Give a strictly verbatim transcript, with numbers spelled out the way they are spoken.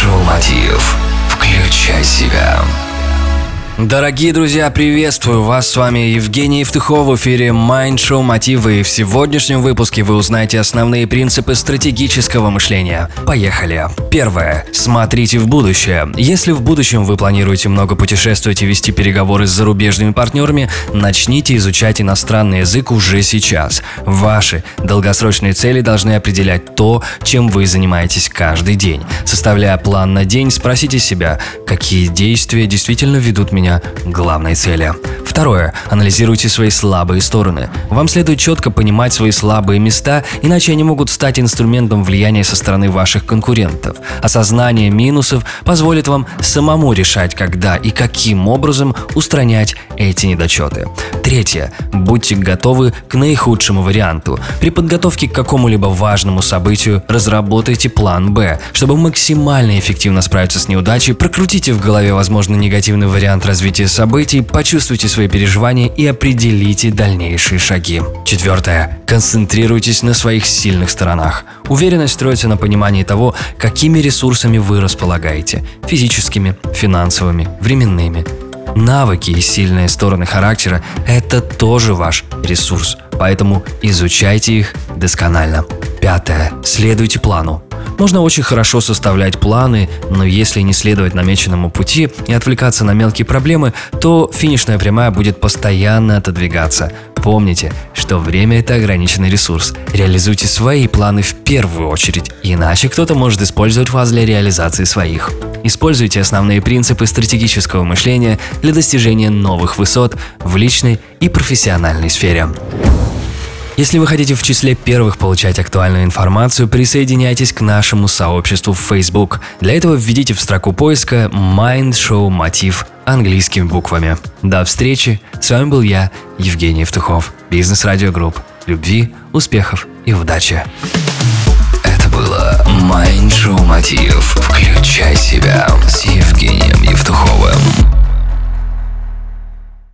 Шоу Мотив. Включай себя. Дорогие друзья, приветствую вас, с вами Евгений Евтухов, в эфире Mind Show Мотивы, и в сегодняшнем выпуске вы узнаете основные принципы стратегического мышления. Поехали! Первое. Смотрите в будущее. Если в будущем вы планируете много путешествовать и вести переговоры с зарубежными партнерами, начните изучать иностранный язык уже сейчас. Ваши долгосрочные цели должны определять то, чем вы занимаетесь каждый день. Составляя план на день, спросите себя, какие действия действительно ведут меня к главной цели. Второе. Анализируйте свои слабые стороны. Вам следует четко понимать свои слабые места, иначе они могут стать инструментом влияния со стороны ваших конкурентов. Осознание минусов позволит вам самому решать, когда и каким образом устранять эти недочеты. Третье. Будьте готовы к наихудшему варианту. При подготовке к какому-либо важному событию разработайте план Б. Чтобы максимально эффективно справиться с неудачей, прокрутите в голове возможный негативный вариант развития событий, почувствуйте свои переживания и определите дальнейшие шаги. Четвертое. Концентрируйтесь на своих сильных сторонах. Уверенность строится на понимании того, какими ресурсами вы располагаете – физическими, финансовыми, временными. Навыки и сильные стороны характера – это тоже ваш ресурс, поэтому изучайте их досконально. Пятое. Следуйте плану. Можно очень хорошо составлять планы, но если не следовать намеченному пути и отвлекаться на мелкие проблемы, то финишная прямая будет постоянно отодвигаться. Помните, что время – это ограниченный ресурс. Реализуйте свои планы в первую очередь, иначе кто-то может использовать вас для реализации своих. Используйте основные принципы стратегического мышления для достижения новых высот в личной и профессиональной сфере. Если вы хотите в числе первых получать актуальную информацию, присоединяйтесь к нашему сообществу в Facebook. Для этого введите в строку поиска Mind Show Мотив английскими буквами. До встречи! С вами был я, Евгений Евтухов, Бизнес Радио Групп. Любви, успехов и удачи! Это было Mind Show Мотив. Включай себя с Евгением Евтуховым.